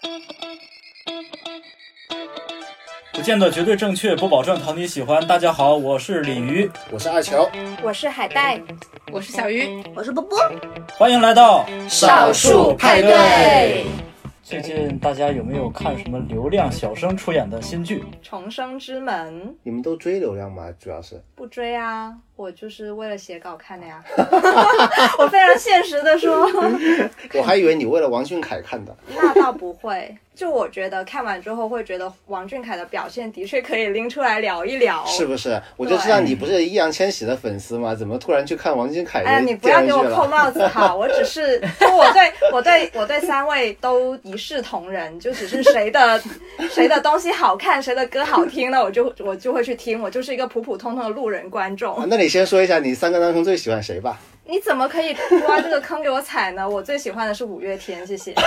不见得绝对正确，不保证讨你喜欢。大家好，我是鲤鱼， 我是二球， 我是海带， 我是小鱼， 我是波波。 欢迎来到少数派对。 最近大家有没有看什么流量小生出演的新剧？ 重生之门。 你们都追流量吗？主要是不追啊，我就是为了写稿看的呀。我非常现实的说。 我还以为你为了王俊凯看的。 那倒不会，就我觉得看完之后会觉得王俊凯的表现的确可以拎出来聊一聊， 是不是？我就知道你不是易烊千玺的粉丝吗？怎么突然去看王俊凯的电视剧了？ 你不要给我扣帽子好，我只是就我对三位都一视同仁，就只是谁的东西好看，谁的歌好听呢，我就会去听，我就是一个普普通通的路人观众。 那你先说一下你三个当中最喜欢谁吧。 你怎么可以挖这个坑给我踩呢？我最喜欢的是五月天，谢谢。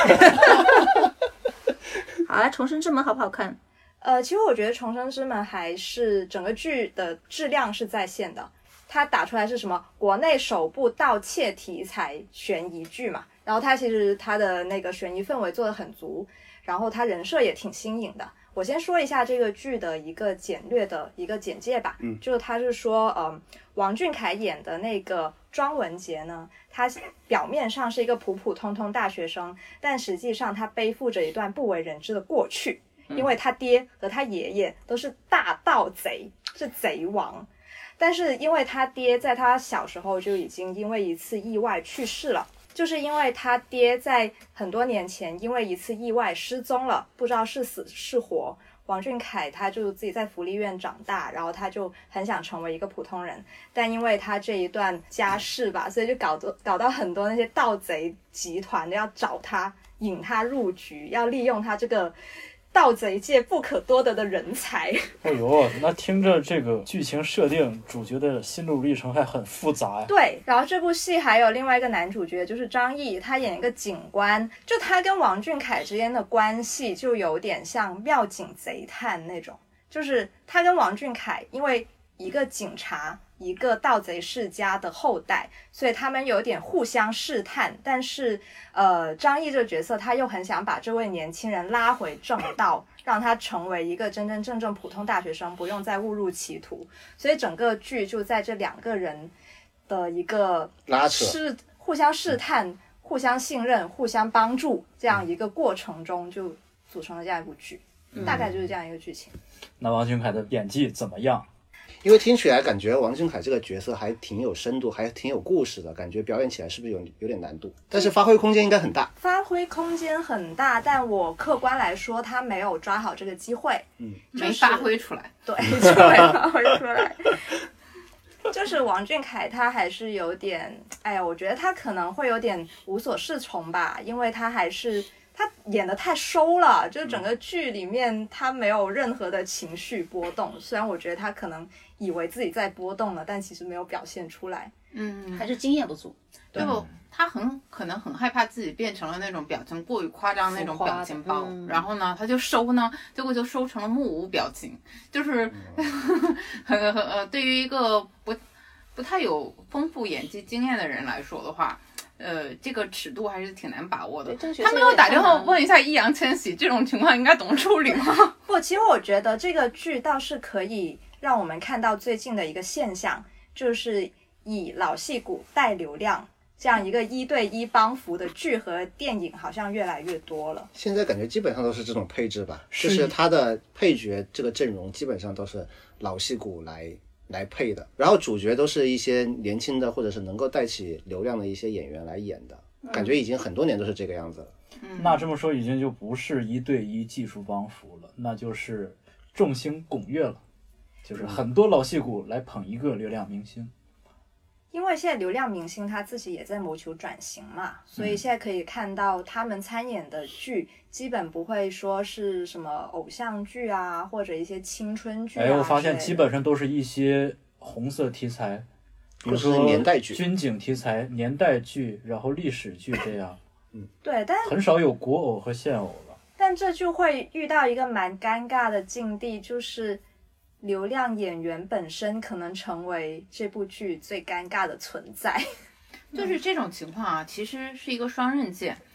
好了，重生之门好不好看？ 其实我觉得重生之门还是整个剧的质量是在线的，它打出来是什么国内首部盗窃题材悬疑剧嘛，然后它其实它的那个悬疑氛围做得很足，然后它人设也挺新颖的。我先说一下这个剧的一个简略的一个简介吧，就是他是说王俊凯演的那个庄文杰呢，他表面上是一个普普通通大学生，但实际上他背负着一段不为人知的过去，因为他爹和他爷爷都是大盗贼，是贼王，但是因为他爹在他小时候就已经因为一次意外去世了，就是因为他爹在很多年前因为一次意外失踪了，不知道是死是活。王俊凯他就自己在福利院长大，然后他就很想成为一个普通人，但因为他这一段家世吧，所以就搞到很多那些盗贼集团要找他，引他入局，要利用他这个盗贼界不可多得的人才。 哎呦，那听着这个剧情设定，主角的心路历程还很复杂呀。 对，然后这部戏还有另外一个男主角就是张译，他演一个警官，就他跟王俊凯之间的关系就有点像妙警贼探那种，就是他跟王俊凯因为一个警察一个盗贼世家的后代，所以他们有点互相试探，但是张译这个角色他又很想把这位年轻人拉回正道，让他成为一个真真正正普通大学生，不用再误入歧途，所以整个剧就在这两个人的一个拉扯互相试探互相信任互相帮助这样一个过程中就组成了这样一部剧，大概就是这样一个剧情。 那王俊凯的演技怎么样？ 因为听起来感觉王俊凯这个角色还挺有深度，还挺有故事的，感觉表演起来是不是有点难度？但是发挥空间应该很大。 发挥空间很大，但我客观来说他没有抓好这个机会， 没发挥出来。 对，就没发挥出来。就是王俊凯他还是有点，我觉得他可能会有点无所适从吧，因为他演得太收了，就是整个剧里面他没有任何的情绪波动，虽然我觉得他可能以为自己在波动了，但其实没有表现出来。 还是经验不足。 就他可能很害怕自己变成了那种表情过于夸张那种表情包，然后呢他就收呢，结果就收成了目无表情，就是对于一个不太有丰富演技经验的人来说的话，这个尺度还是挺难把握的。他没有打电话问一下易烊千玺这种情况应该怎么处理吗？ 不，其实我觉得这个剧倒是可以让我们看到最近的一个现象，就是以老戏骨带流量这样一个1对1帮扶的剧和电影好像越来越多了。 现在感觉基本上都是这种配置吧，就是他的配角这个阵容基本上都是老戏骨来配的，然后主角都是一些年轻的或者是能够带起流量的一些演员来演的，感觉已经很多年都是这个样子了。 那这么说已经就不是1对1技术帮扶了，那就是众星拱月了，就是很多老戏骨来捧一个流量明星。 因为现在流量明星他自己也在谋求转型嘛，所以现在可以看到他们参演的剧基本不会说是什么偶像剧啊，或者一些青春剧啊。 我发现基本上都是一些红色题材，比如说年代剧、 军警题材、年代剧，然后历史剧这样。 对，但很少有国偶和现偶了。 但这就会遇到一个蛮尴尬的境地，就是流量演员本身可能成为这部剧最尴尬的存在。 就是这种情况啊，其实是一个双刃剑。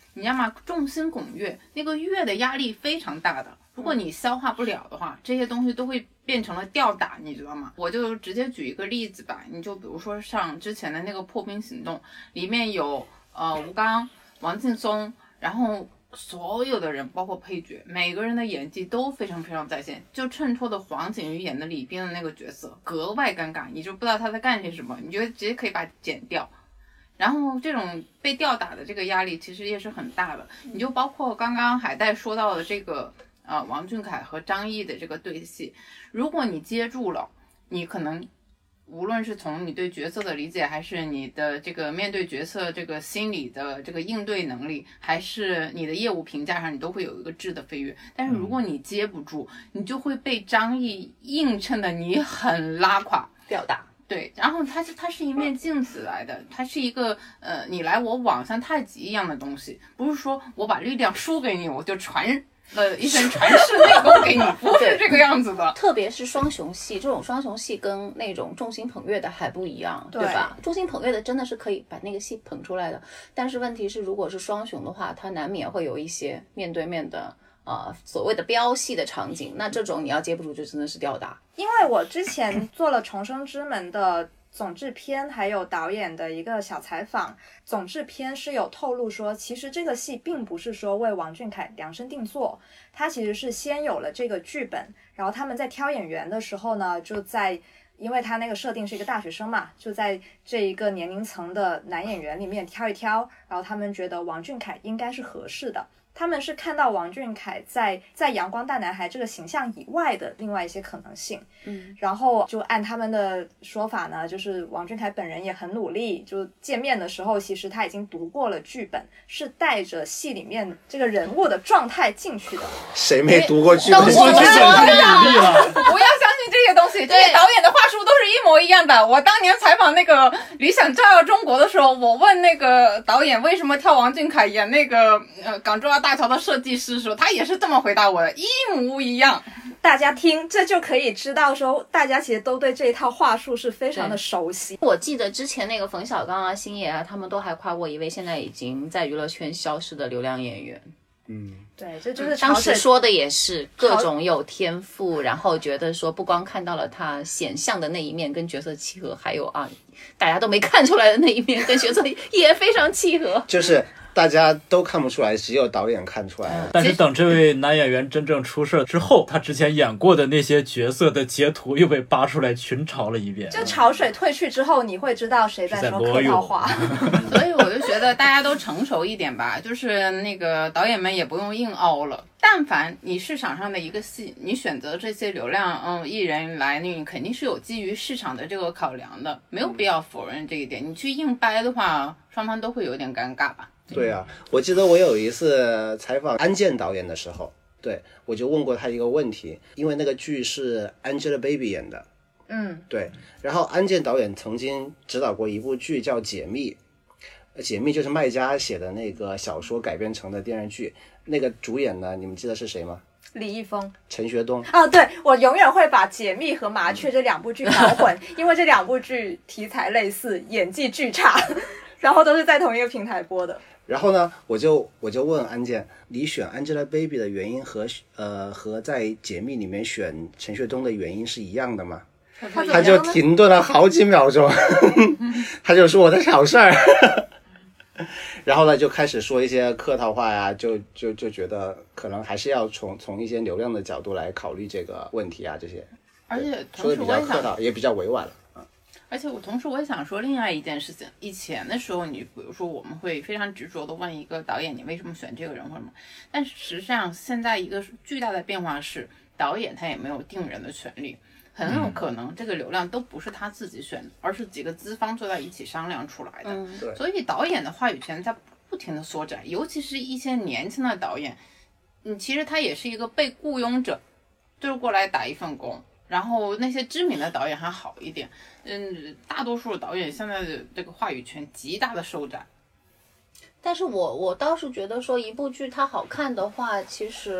你知道吗？众星拱月，那个月的压力非常大的。如果你消化不了的话，这些东西都会变成了吊打，你知道吗？我就直接举一个例子吧，你就比如说像之前的那个破冰行动，里面有吴刚、王劲松，然后所有的人包括配角，每个人的演技都非常非常在线。就衬托的黄景瑜演的李冰的那个角色格外尴尬，你就不知道他在干些什么，你觉得直接可以把它剪掉。然后这种被吊打的这个压力其实也是很大的，你就包括刚刚海带说到的这个王俊凯和张译的这个对戏，如果你接住了，你可能无论是从你对角色的理解，还是你的这个面对角色这个心理的这个应对能力，还是你的业务评价上，你都会有一个质的飞跃。但是如果你接不住，你就会被张译映衬的你很拉垮吊打。 对，然后它是一面镜子来的，它是一个你来我往像太极一样的东西，不是说我把力量输给你，我就传一身传世内功给你，不是这个样子的。 特别是双雄戏，这众双雄戏跟那种众星捧月的还不一样，对吧？众星捧月的真的是可以把那个戏捧出来的，但是问题是，如果是双雄的话，它难免会有一些面对面的所谓的飙戏的场景，那这种你要接不住就真的是吊打。 因为我之前做了《重生之门》的总制片还有导演的一个小采访，总制片是有透露说，其实这个戏并不是说为王俊凯量身定做，他其实是先有了这个剧本，然后他们在挑演员的时候呢，就在因为他那个设定是一个大学生嘛，就在这一个年龄层的男演员里面挑一挑，然后他们觉得王俊凯应该是合适的。他们是看到王俊凯在阳光大男孩这个形象以外的另外一些可能性，然后就按他们的说法呢，就是王俊凯本人也很努力，就见面的时候其实他已经读过了剧本，是带着戏里面这个人物的状态进去的。 谁没读过剧本？ 我剧本太努力了。 不要相信这些东西，这些导演的话术都是一模一样的。我当年采访那个《理想照耀中国》的时候，我问那个导演为什么挑王俊凯演那个港珠澳大桥的设计师的时候，他也是这么回答我的，一模一样。 大家听，这就可以知道说，大家其实都对这一套话术是非常的熟悉。 我记得之前那个冯小刚啊、星爷啊，他们都还夸过一位现在已经在娱乐圈消失的流量演员。 对，这就是当时说的也是各种有天赋，然后觉得说不光看到了他显象的那一面跟角色契合，还有大家都没看出来的那一面跟角色也非常契合。 就是大家都看不出来，只有导演看出来了。 但是等这位男演员真正出事之后，他之前演过的那些角色的截图又被扒出来群嘲了一遍。 就潮水退去之后，你会知道谁在说客套话。 所以我就觉得大家都成熟一点吧，就是那个导演们也不用硬凹了。但凡你市场上的一个戏，你选择这些流量艺人来，你肯定是有基于市场的这个考量的，没有必要否认这一点。你去硬掰的话，双方都会有点尴尬吧。 对啊，我记得我有一次采访安健导演的时候，对，我就问过他一个问题，因为那个剧是 Angelababy 演的，对，然后安健导演曾经指导过一部剧叫《解密》，解密就是麦家写的那个小说改编成的电视剧，那个主演呢，你们记得是谁吗？ 李易峰、 陈学冬对，我永远会把《解密》和《麻雀》这两部剧搞混，因为这两部剧题材类似，演技巨差，然后都是在同一个平台播的。 然后呢，我就问安健，你选 Angelababy 的原因和在解密里面选陈学冬的原因是一样的吗？他就停顿了好几秒钟，他就说我在挑事儿，然后呢就开始说一些客套话呀，就觉得可能还是要从一些流量的角度来考虑这个问题啊，这些。 而且说的比较客套，也比较委婉了。 而且我同时我也想说另外一件事情，以前的时候你比如说我们会非常执着的问一个导演你为什么选这个人或者什么，但实际上现在一个巨大的变化是导演他也没有定人的权利，很有可能这个流量都不是他自己选的，而是几个资方坐在一起商量出来的。所以导演的话语权在不停的缩窄，尤其是一些年轻的导演，其实他也是一个被雇佣者，就是过来打一份工。然后那些知名的导演还好一点，大多数导演现在的这个话语权极大的收窄。 但是我倒是觉得说一部剧它好看的话，其实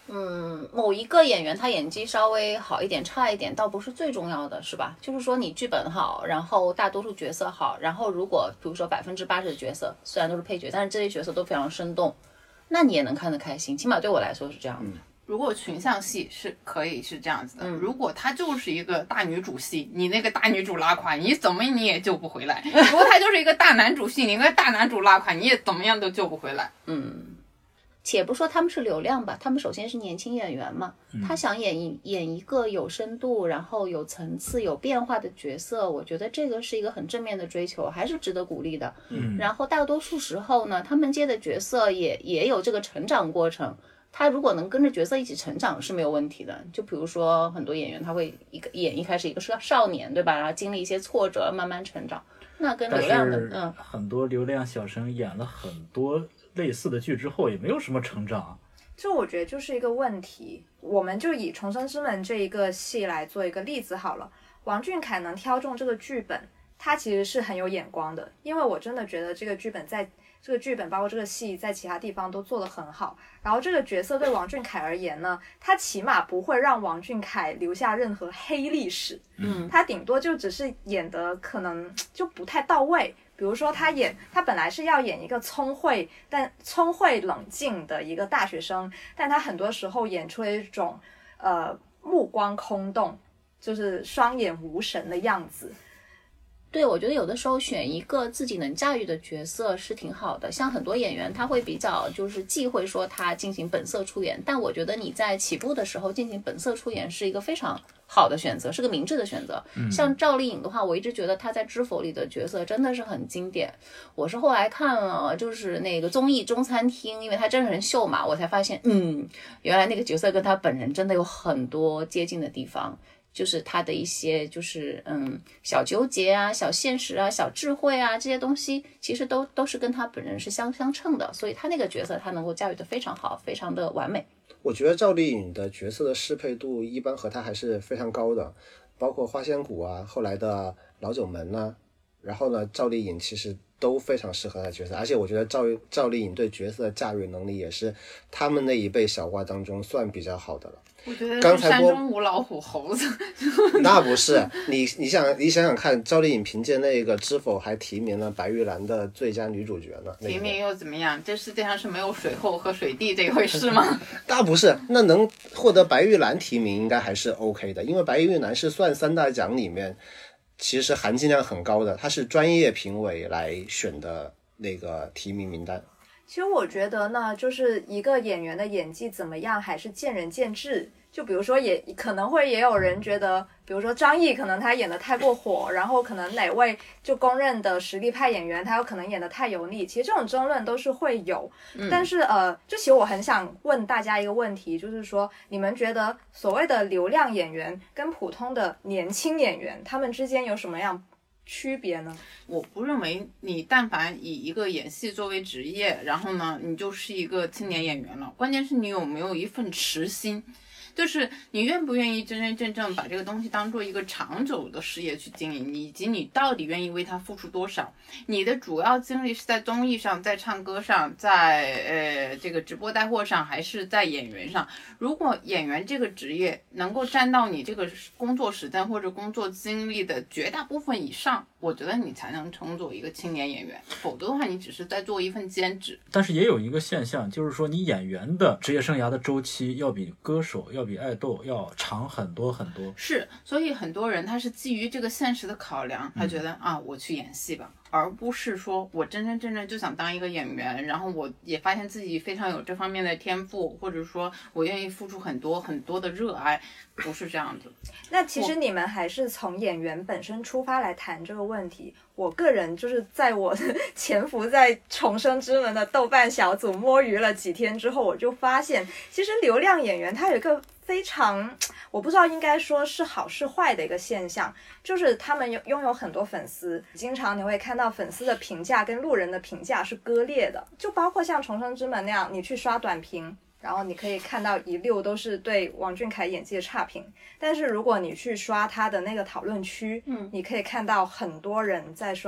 某一个演员他演技稍微好一点差一点倒不是最重要的，是吧？就是说你剧本好，然后大多数角色好，然后如果比如说80%的角色虽然都是配角，但是这些角色都非常生动，那你也能看得开心，起码对我来说是这样的。 如果群像戏是可以是这样子的，如果它就是一个大女主戏，你那个大女主拉垮，你怎么你也救不回来；如果它就是一个大男主戏，你那个大男主拉垮，你也怎么样都救不回来。 且不说他们是流量吧，他们首先是年轻演员嘛，他想演一个有深度，然后有层次、有变化的角色，我觉得这个是一个很正面的追求，还是值得鼓励的。然后大多数时候呢，他们接的角色也有这个成长过程。他如果能跟着角色一起成长是没有问题的，就比如说很多演员他会一开始一个少年，对吧？然后经历一些挫折，慢慢成长。那跟流量的， 很多流量小生演了很多类似的剧之后，也没有什么成长。 这我觉得就是一个问题。我们就以《重生之门》这一个戏来做一个例子好了。王俊凯能挑中这个剧本，他其实是很有眼光的，因为我真的觉得这个剧本包括这个戏在其他地方都做得很好，然后这个角色对王俊凯而言呢，他起码不会让王俊凯留下任何黑历史，他顶多就只是演得可能就不太到位。比如说他本来是要演一个聪慧冷静的一个大学生，但他很多时候演出了一种目光空洞，就是双眼无神的样子。 对，我觉得有的时候选一个自己能驾驭的角色是挺好的，像很多演员他会比较就是忌讳说他进行本色出演，但我觉得你在起步的时候进行本色出演是一个非常好的选择，是个明智的选择。像赵丽颖的话，我一直觉得她在《知否》里的角色真的是很经典。我是后来看了就是那个综艺《中餐厅》，因为她真人秀嘛，我才发现原来那个角色跟她本人真的有很多接近的地方。就是他的一些就是小纠结啊、小现实啊、小智慧啊，这些东西其实都是跟他本人是相称的，所以他那个角色他能够驾驭得非常好，非常的完美。 我觉得赵丽颖的角色的适配度一般和她还是非常高的，包括花千骨啊，后来的老九门啊，然后呢，赵丽颖其实都非常适合她的角色，而且我觉得赵丽颖对角色的驾驭能力也是他们那一辈小花当中算比较好的了。 我觉得是山中无老虎猴子。 那不是，你想想看，赵丽颖凭借那个《知否》还提名了白玉兰的最佳女主角呢。 提名又怎么样？这世界上是没有水后和水地这一回事吗？ 那不是，那能获得白玉兰提名应该还是 OK 的，因为白玉兰是算3大奖里面其实含金量很高的，它是专业评委来选的那个提名名单。 其实我觉得呢，就是一个演员的演技怎么样还是见仁见智。就比如说也可能会也有人觉得，比如说张译可能他演得太过火，然后可能哪位就公认的实力派演员他有可能演得太油腻，其实这种争论都是会有。但是就其实我很想问大家一个问题，就是说你们觉得所谓的流量演员跟普通的年轻演员他们之间有什么样区别呢？ 我不认为你但凡以一个演戏作为职业，然后呢你就是一个青年演员了，关键是你有没有一份持心，就是你愿不愿意真真正正把这个东西当做一个长久的事业去经营，以及你到底愿意为它付出多少。你的主要精力是在综艺上，在唱歌上，在这个直播带货上，还是在演员上？如果演员这个职业能够占到你这个工作时间或者工作经历的绝大部分以上，我觉得你才能称作一个青年演员，否则的话你只是在做一份兼职。 但是也有一个现象，就是说你演员的职业生涯的周期要比歌手要比爱豆要长很多很多。 是，所以很多人他是基于这个现实的考量，他觉得我去演戏吧，而不是说我真真正正就想当一个演员，然后我也发现自己非常有这方面的天赋，或者说我愿意付出很多很多的热爱，不是这样子。 那其实你们还是从演员本身出发来谈这个问题。我个人就是在我潜伏在重生之门的豆瓣小组摸鱼了几天之后，我就发现其实流量演员他有一个非常，我不知道应该说是好是坏的一个现象，就是他们拥有很多粉丝，经常你会看到粉丝的评价跟路人的评价是割裂的，就包括像重生之门那样，你去刷短评，然后你可以看到一溜都是对王俊凯演技的差评，但是如果你去刷他的那个讨论区，你可以看到很多人在刷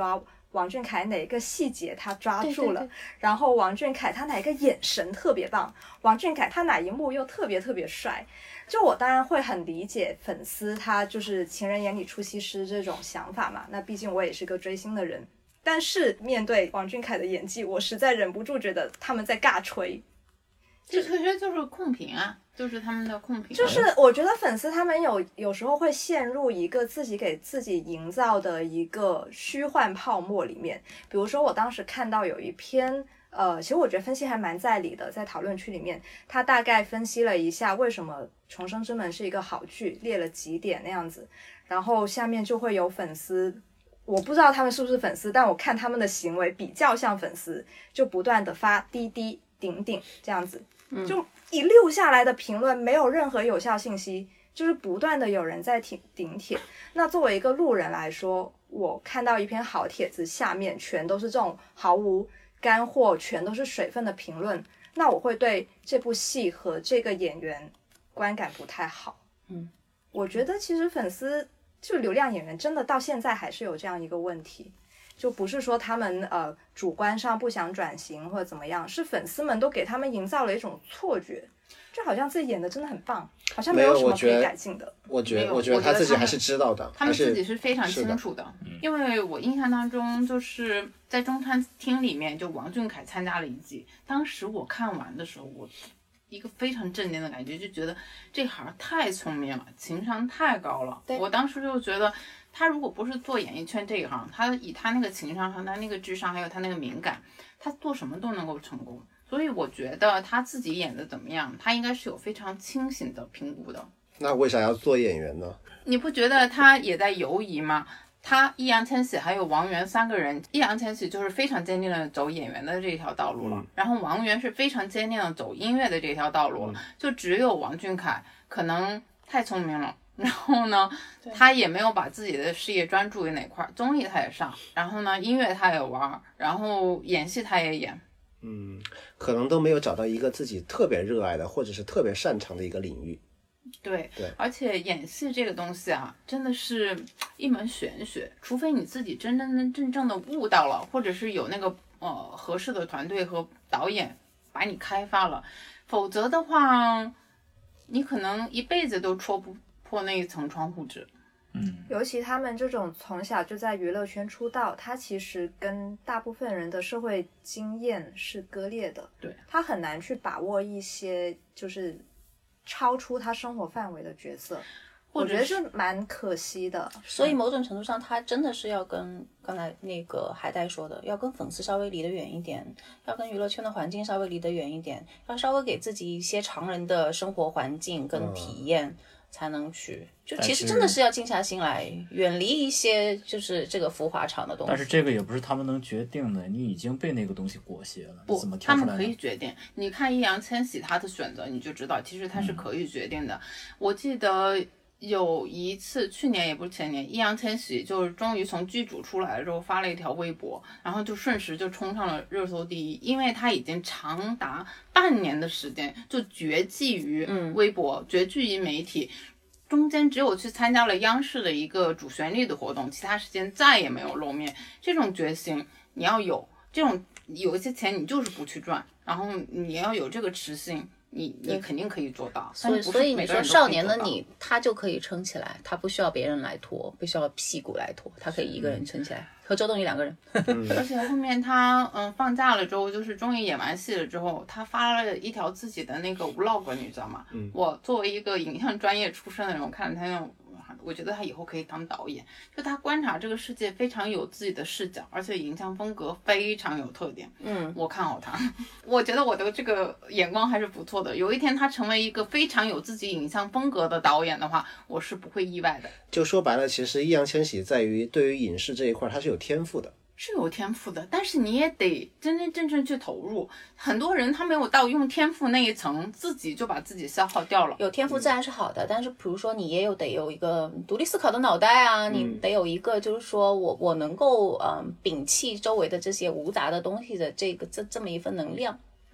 王俊凯哪个细节他抓住了， 对对对， 然后王俊凯他哪个眼神特别棒，王俊凯他哪一幕又特别特别帅。就我当然会很理解粉丝他就是情人眼里出西施这种想法嘛，那毕竟我也是个追星的人，但是面对王俊凯的演技，我实在忍不住觉得他们在尬吹。 这其实就是控评啊，就是他们的控评。 就是我觉得粉丝他们有时候会陷入一个自己给自己营造的一个虚幻泡沫里面。比如说我当时看到有一篇其实我觉得分析还蛮在理的，在讨论区里面他大概分析了一下为什么《重生之门》是一个好剧，列了几点那样子，然后下面就会有粉丝，我不知道他们是不是粉丝，但我看他们的行为比较像粉丝，就不断的发滴滴顶顶这样子，就一溜下来的评论没有任何有效信息，就是不断的有人在顶帖。那作为一个路人来说，我看到一篇好帖子下面全都是这种毫无干货，全都是水分的评论，那我会对这部戏和这个演员观感不太好。我觉得其实粉丝就流量演员真的到现在还是有这样一个问题，就不是说他们主观上不想转型或者怎么样，是粉丝们都给他们营造了一种错觉，就好像自己演的真的很棒，好像没有什么可以改进的。 我觉得他自己还是知道的， 他们自己是非常清楚的。因为我印象当中就是在中餐厅里面，就王俊凯参加了一季，当时我看完的时候，我一个非常震惊的感觉，就觉得这行太聪明了，情商太高了。我当时就觉得他如果不是做演艺圈这一行，他以他那个情商和他那个智商还有他那个敏感，他做什么都能够成功。所以我觉得他自己演的怎么样，他应该是有非常清醒的评估的。 那为啥要做演员呢？ 你不觉得他也在犹疑吗？他易烊千玺还有王源三个人，易烊千玺就是非常坚定的走演员的这条道路了，然后王源是非常坚定的走音乐的这条道路了，就只有王俊凯可能太聪明了，然后呢他也没有把自己的事业专注于哪块，综艺他也上，然后呢音乐他也玩，然后演戏他也演， 可能都没有找到一个自己特别热爱的或者是特别擅长的一个领域。 对，而且演戏这个东西啊，真的是一门玄学，除非你自己真正的悟到了，或者是有那个合适的团队和导演把你开发了，否则的话，你可能一辈子都戳不破那一层窗户纸。 尤其他们这种从小就在娱乐圈出道，他其实跟大部分人的社会经验是割裂的， 对， 他很难去把握一些就是超出他生活范围的角色，我觉得是蛮可惜的。 所以某种程度上，他真的是要跟刚才那个海带说的，要跟粉丝稍微离得远一点，要跟娱乐圈的环境稍微离得远一点，要稍微给自己一些常人的生活环境跟体验，才能去。就其实真的是要静下心来，远离一些就是这个浮华场的东西。 但是这个也不是他们能决定的，你已经被那个东西裹挟了， 不， 怎么跳出来呢？ 他们可以决定。你看易烊千玺他的选择，你就知道其实他是可以决定的。我记得有一次，去年也不是前年，易烊千玺就是终于从剧组出来了之后发了一条微博，然后就瞬时就冲上了热搜第一，因为他已经长达半年的时间就绝迹于微博，绝迹于媒体。中间只有去参加了央视的一个主旋律的活动，其他时间再也没有露面。这种决心你要有，这种有一些钱你就是不去赚，然后你要有这个持心，你肯定可以做到。 所以你说少年的你，他就可以撑起来，他不需要别人来拖，不需要屁股来拖，他可以一个人撑起来，和周冬雨两个人。 而且后面他放假了之后，就是终于演完戏了之后，他发了一条自己的那个 vlog， 你知道吗？我作为一个影像专业出身的人，我看了他那种。我觉得他以后可以当导演，就他观察这个世界非常有自己的视角，而且影像风格非常有特点。我看好他，我觉得我的这个眼光还是不错的。有一天他成为一个非常有自己影像风格的导演的话，我是不会意外的。 就说白了，其实易烊千玺在于对于影视这一块他是有天赋的。 是有天赋的，但是你也得真正去投入。很多人他没有到用天赋那一层，自己就把自己消耗掉了。 有天赋自然是好的，但是比如说你也得有一个独立思考的脑袋啊，你得有一个就是说我能够摒弃周围的这些无杂的东西的这么一份能量。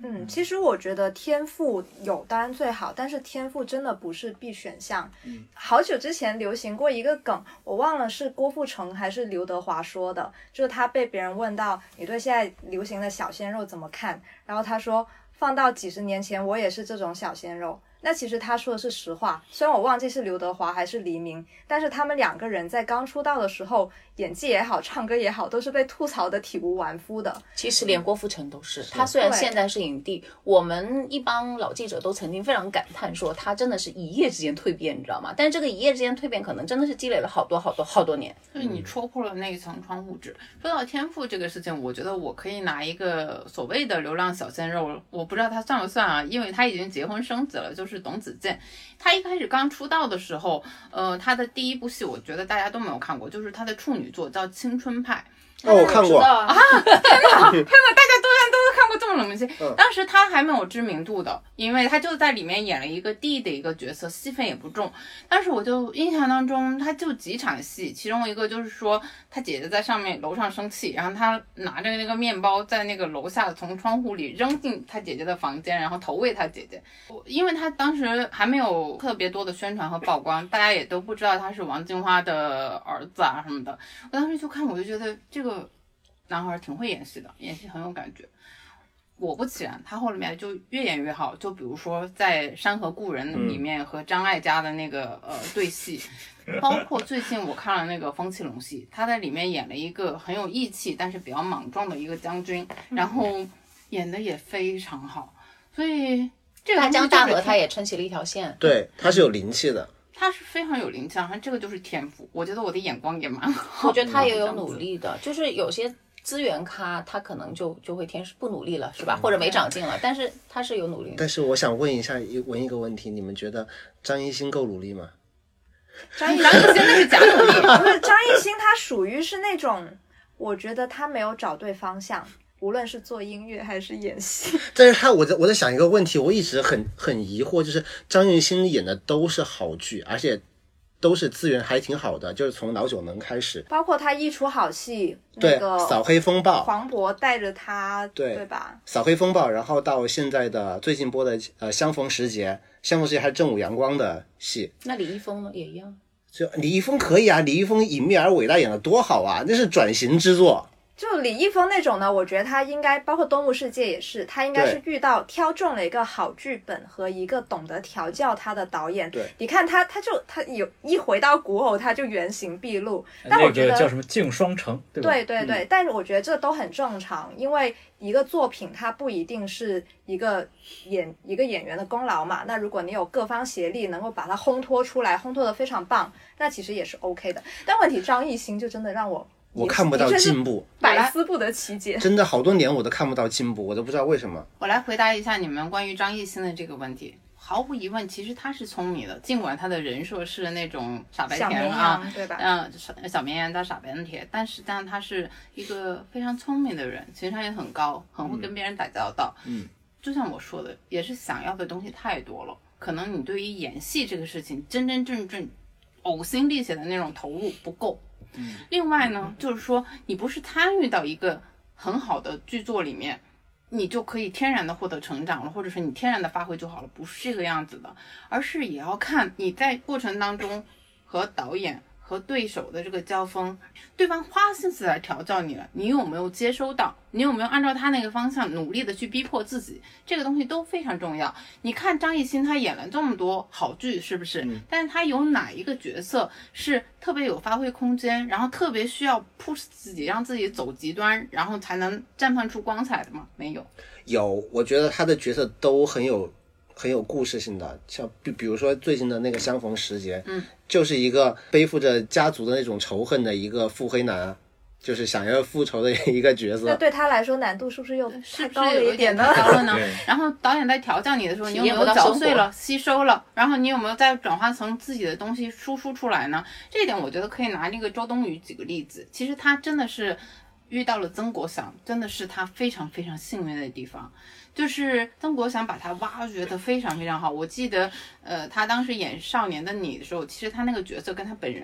其实我觉得天赋有当然最好，但是天赋真的不是必选项。好久之前流行过一个梗，我忘了是郭富城还是刘德华说的，就是他被别人问到你对现在流行的小鲜肉怎么看，然后他说放到几十年前我也是这种小鲜肉。那其实他说的是实话，虽然我忘记是刘德华还是黎明，但是他们两个人在刚出道的时候，演技也好，唱歌也好，都是被吐槽的体无完肤的。 其实连郭富城都是，他虽然现在是影帝，我们一帮老记者都曾经非常感叹说，他真的是一夜之间蜕变，你知道吗？但是这个一夜之间蜕变，可能真的是积累了好多年。 就是你戳破了那一层窗户纸。说到天赋这个事情，我觉得我可以拿一个所谓的流浪小鲜肉，我不知道他算不算啊，因为他已经结婚生子了，就是董子健。他一开始刚出道的时候，他的第一部戏我觉得大家都没有看过，就是他的处女作叫《青春派》。 我看过啊， 天哪，大家都看过这么冷门戏。当时他还没有知名度的，因为他就在里面演了一个弟的一个角色，戏份也不重。但是我就印象当中，他就几场戏，其中一个就是说他姐姐在楼上生气，然后他拿着那个面包在那个楼下从窗户里扔进他姐姐的房间，然后投喂他姐姐。因为他当时还没有特别多的宣传和曝光，大家也都不知道他是王金花的儿子啊什么的。我当时就看，我就觉得这个男孩挺会演戏的，演戏很有感觉。果不其然，他后面就越演越好。就比如说在《山河故人》里面和张艾嘉的那个对戏，包括最近我看了那个风起陇西，他在里面演了一个很有义气但是比较莽撞的一个将军，然后演的也非常好。所以这个大江大河他也撑起了一条线， 对，他是有灵气的。 他是非常有灵气，这个就是天赋。我觉得我的眼光也蛮好， 我觉得他也有努力的，就是有些资源咖他可能就会不努力了，是吧？或者没长进了，但是他是有努力的。 但是我想问一个问题，你们觉得张艺兴够努力吗？ 张艺兴那是假努力。 不是，张艺兴他属于是那种，我觉得他没有找对方向，无论是做音乐还是演戏。 但是我在想一个问题，我一直很疑惑，就是张艺兴演的都是好剧，而且都是资源还挺好的，就是从老九门开始， 包括他一出好戏， 对， 那个扫黑风暴， 黄渤带着他，对吧？ 扫黑风暴，然后到现在的最近播的相逢时节还是正午阳光的戏。 那李易峰呢也一样， 就李易峰可以啊，李易峰隐秘而伟大演的多好啊，那是转型之作。 就李易峰那种呢，我觉得他应该，包括《东部世界》也是，他应该是挑中了一个好剧本和一个懂得调教他的导演。 对， 你看他有一回到古偶，他就原形毕露。但我觉得那个叫什么敬双城，对吧？ 对，但是我觉得这都很正常，因为一个作品它不一定是一个演员的功劳嘛。那如果你有各方协力，能够把它烘托出来，烘托得非常棒，那其实也是 OK 的。但问题张艺兴就真的让我看不到进步， 百思不得其解。 真的好多年我都看不到进步，我都不知道为什么。 我来回答一下你们关于张艺兴的这个问题。毫无疑问，其实他是聪明的，尽管他的人设是那种傻白甜啊， 对吧？ 小绵羊加傻白甜，但实际上他是一个非常聪明的人，情商也很高，很会跟别人打交道。就像我说的，也是想要的东西太多了，可能你对于演戏这个事情真正呕心沥血的那种投入不够。另外呢，就是说你不是参与到一个很好的剧作里面，你就可以天然的获得成长了，或者是你天然的发挥就好了，不是这个样子的，而是也要看你在过程当中和导演和对手的这个交锋，对方花心思来调教你了，你有没有接收到，你有没有按照他那个方向努力的去逼迫自己，这个东西都非常重要。你看张艺兴他演了这么多好剧，是不是？但是他有哪一个角色是特别有发挥空间，然后特别需要 push 自己，让自己走极端，然后才能绽放出光彩的吗？没有。 有，我觉得他的角色都很有故事性的，像比如说最近的那个相逢时节，就是一个背负着家族的那种仇恨的一个腹黑男，就是想要复仇的一个角色。 那对他来说难度是不是又太高了一点呢？ 太高了呢？然后导演在调教你的时候，你有没有嚼碎了、吸收了？然后你有没有在转化成自己的东西输出出来呢？这一点我觉得可以拿那个周冬雨举个例子。其实他真的是遇到了曾国祥，真的是他非常非常幸运的地方。就是曾国祥把他挖掘得非常非常好。我记得他当时演《少年的你》的时候，其实他那个角色跟他本人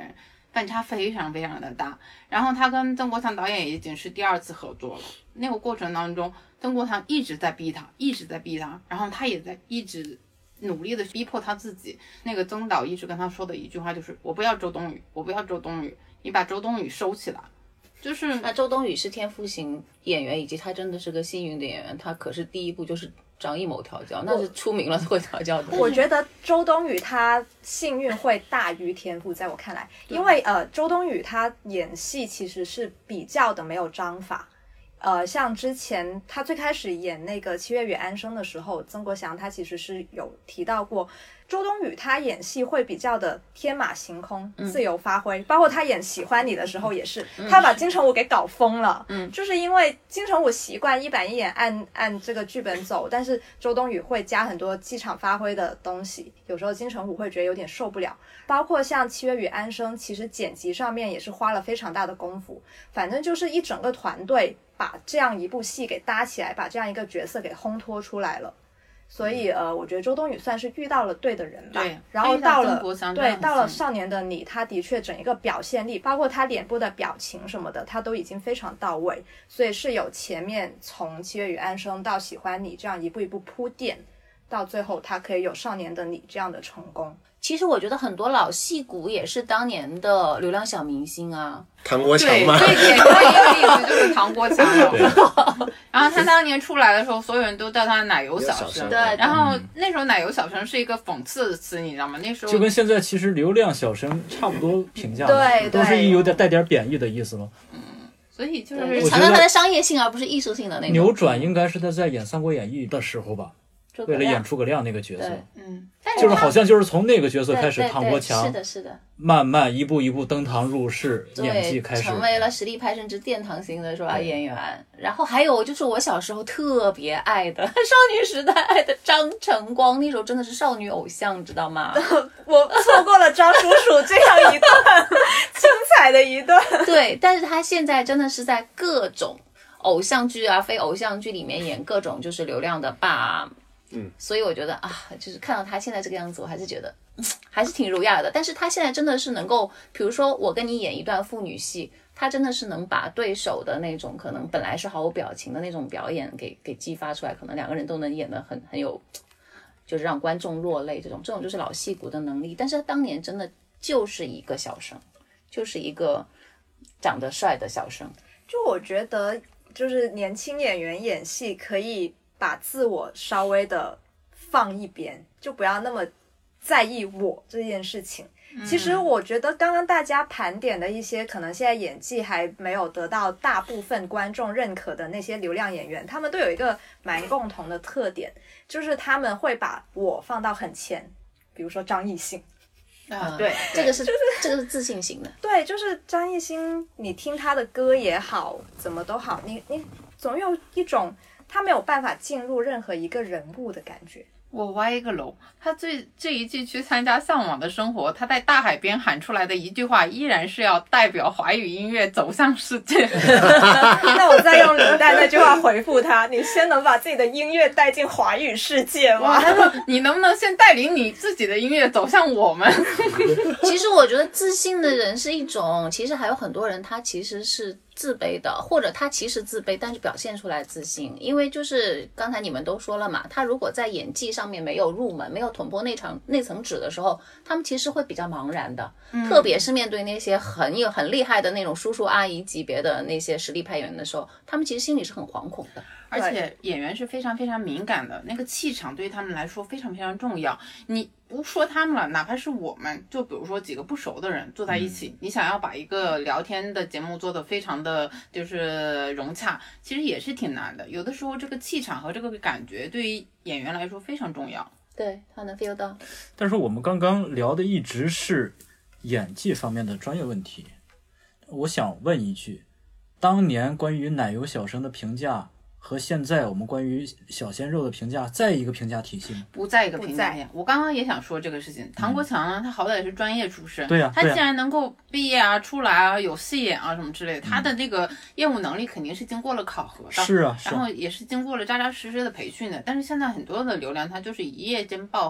反差非常非常的大。然后他跟曾国强导演已经是第2次合作了，那个过程当中，曾国强一直在逼他，然后他也在一直努力的逼迫他自己。那个曾导一直跟他说的一句话就是：我不要周冬雨，我不要周冬雨，你把周冬雨收起来。就是那周冬雨是天赋型演员，以及她真的是个幸运的演员，她可是第一部就是张艺谋调教，那是出名了会调教的。 我觉得周冬雨她幸运会大于天赋，在我看来，因为周冬雨她演戏其实是比较的没有章法。像之前他最开始演那个《七月与安生》的时候，曾国祥他其实是有提到过，周冬雨他演戏会比较的天马行空，自由发挥，包括他演《喜欢你》的时候也是，他把金城武给搞疯了，就是因为金城武习惯一板一眼按这个剧本走，但是周冬雨会加很多机场发挥的东西，有时候金城武会觉得有点受不了。包括像《七月与安生》，其实剪辑上面也是花了非常大的功夫，反正就是一整个团队把这样一部戏给搭起来，把这样一个角色给烘托出来了。所以我觉得周冬雨算是遇到了对的人吧。 对， 然后到了 《 少年的你，他的确整一个表现力，包括他脸部的表情什么的，他都已经非常到位，所以是有前面从《七月与安生》到《喜欢你》这样一步一步铺垫，到最后他可以有《少年的你》这样的成功。 其实我觉得很多老戏骨也是当年的流量小明星啊， 唐国强嘛， 最典型的一个例子就是唐国强了。然后他当年出来的时候，所有人都叫他奶油小生。 对， 然后那时候奶油小生是一个讽刺的词，你知道吗？那时候就跟现在其实流量小生差不多评价， 对， 都是有点带点贬义的意思了。 所以就是强调它的商业性而不是艺术性的那种。 扭转应该是他在演《三国演义》的时候吧。为了演诸葛亮那个角色，就是好像就是从那个角色开始，唐国强是的， 慢慢一步一步登堂入室，演技开始成为了实力派甚至殿堂型的是吧演员。然后还有就是我小时候特别爱的少女时代爱的张晨光，那时候真的是少女偶像，知道吗？ 我错过了张叔叔这样一段精彩的一段。 对，但是他现在真的是在各种偶像剧啊、非偶像剧里面演各种就是流量的爸。所以我觉得啊，就是看到他现在这个样子，我还是觉得还是挺儒雅的。但是他现在真的是能够，比如说我跟你演一段父女戏，他真的是能把对手的那种可能本来是毫无表情的那种表演给激发出来，可能两个人都能演得很有，就是让观众落泪，这种就是老戏骨的能力。但是他当年真的就是一个小生，就是一个长得帅的小生。 就我觉得，就是年轻演员演戏可以把自我稍微的放一边，就不要那么在意我这件事情。其实我觉得刚刚大家盘点的一些可能现在演技还没有得到大部分观众认可的那些流量演员，他们都有一个蛮共同的特点，就是他们会把我放到很前。比如说张艺兴对， 这个是自信型的。 对，就是张艺兴，你听他的歌也好，怎么都好，你总有一种他没有办法进入任何一个人物的感觉。 我歪一个楼，他这一季去参加《向往的生活》，他在大海边喊出来的一句话，依然是要代表华语音乐走向世界。 那我再用李诞那句话回复他：你先能把自己的音乐带进华语世界吗？ 你能不能先带领你自己的音乐走向我们？ 其实我觉得自信的人是一种，其实还有很多人他其实是自卑的，或者他其实自卑，但是表现出来自信。因为就是刚才你们都说了嘛，他如果在演技上面没有入门，没有捅破那层纸的时候，他们其实会比较茫然的。特别是面对那些很厉害的那种叔叔阿姨级别的那些实力派演员的时候，他们其实心里是很惶恐的。 而且演员是非常非常敏感的，那个气场对于他们来说非常非常重要。你不说他们了，哪怕是我们，就比如说几个不熟的人坐在一起，你想要把一个聊天的节目做得非常的就是融洽，其实也是挺难的。有的时候这个气场和这个感觉对于演员来说非常重要。 对，他能 feel 到。 但是我们刚刚聊的一直是演技方面的专业问题，我想问一句，当年关于奶油小生的评价和现在我们关于小鲜肉的评价在一个评价体系吗？ 不在一个评价体系。我刚刚也想说这个事情。唐国强呢，他好歹是专业出身， 对呀， 他既然能够毕业啊、出来啊、有戏演啊什么之类的，他的那个业务能力肯定是经过了考核的， 是啊， 然后也是经过了扎扎实实的培训的。但是现在很多的流量，他就是一夜间爆红。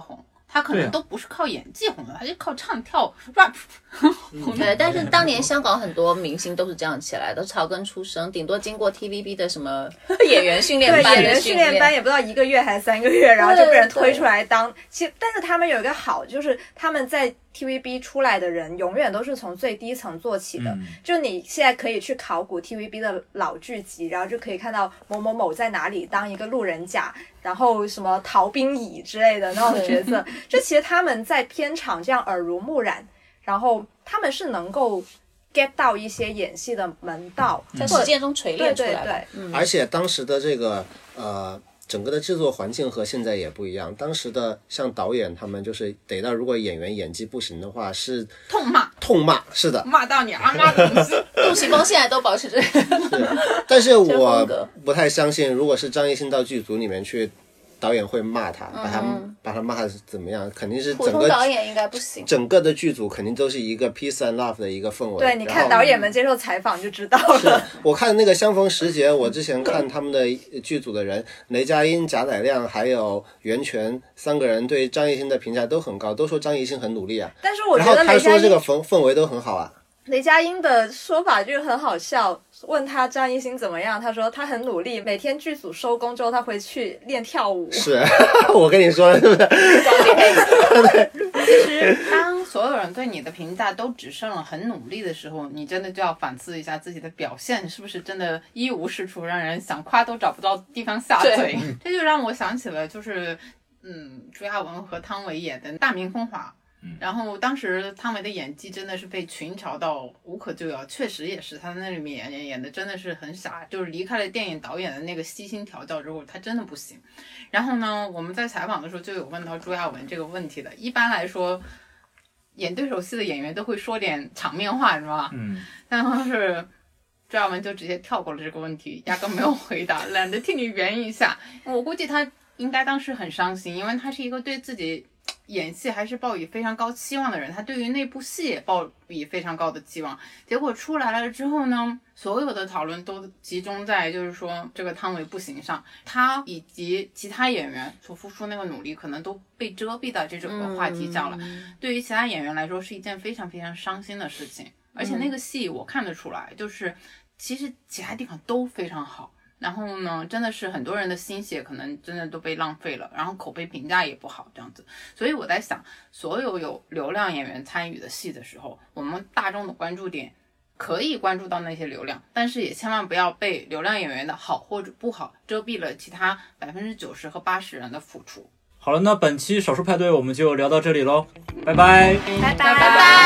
他可能都不是靠演技红的，他就靠唱跳 rap 红的。 对，但是当年香港很多明星都是这样起来的，草根出身，顶多经过 TVB 的什么演员训练班对，演员训练班也不知道1个月还是3个月，然后就被人推出来当。其实，但是他们有一个好，就是他们在 TVB 出来的人永远都是从最低层做起的。就你现在可以去考古 TVB 的老剧集，然后就可以看到某某某在哪里当一个路人甲，然后什么逃兵乙之类的那种角色。就其实他们在片场这样耳濡目染，然后他们是能够 get 到一些演戏的门道， 在实践中锤炼出来的。 对， 而且当时的这个整个的制作环境和现在也不一样。当时的像导演他们就是得到，如果演员演技不行的话是痛骂，是的， 骂到你阿妈的东西。 杜琪峰现在都保持着。 但是我不太相信，如果是张艺兴到剧组里面去，导演会骂他，把他骂他怎么样？肯定是普通导演应该不行。 整个的剧组肯定都是一个 peace and love 的一个氛围。 对，你看导演们接受采访就知道了。 我看那个相逢时节，我之前看他们的剧组的人，雷佳音、贾乃亮还有袁泉3个人对张艺兴的评价都很高，都说张艺兴很努力啊。 但是我觉然后他得说这个氛围都很好啊。 雷佳音的说法就很好笑，问他张艺兴怎么样，他说他很努力，每天剧组收工之后他回去练跳舞。 是我跟你说是不是？ 其实当所有人对你的评价都只剩了很努力的时候，你真的就要反思一下自己的表现是不是真的一无是处，让人想夸都找不到地方下嘴。这就让我想起了就是朱亚文和汤唯演的《大明风华》。然后当时汤唯的演技真的是被群嘲到无可救药，确实也是他在那里面演的真的是很傻，就是离开了电影导演的那个悉心调教之后，他真的不行。然后呢，我们在采访的时候就有问到朱亚文这个问题的。一般来说，演对手戏的演员都会说点场面话，是吧？但是朱亚文就直接跳过了这个问题，压根没有回答，懒得替你圆一下。我估计他应该当时很伤心，因为他是一个对自己演戏还是抱以非常高期望的人，他对于那部戏也抱以非常高的期望，结果出来了之后呢，所有的讨论都集中在就是说这个汤唯不行上，他以及其他演员所付出那个努力可能都被遮蔽到这种个话题上了。对于其他演员来说是一件非常非常伤心的事情，而且那个戏我看得出来，就是其实其他地方都非常好。然后呢，真的是很多人的心血可能真的都被浪费了，然后口碑评价也不好这样子。所以我在想，所有有流量演员参与的戏的时候，我们大众的关注点可以关注到那些流量，但是也千万不要被流量演员的好或者不好遮蔽了其他90%和80%人的付出。 好了，那本期少数派对我们就聊到这里喽，拜拜， 拜拜。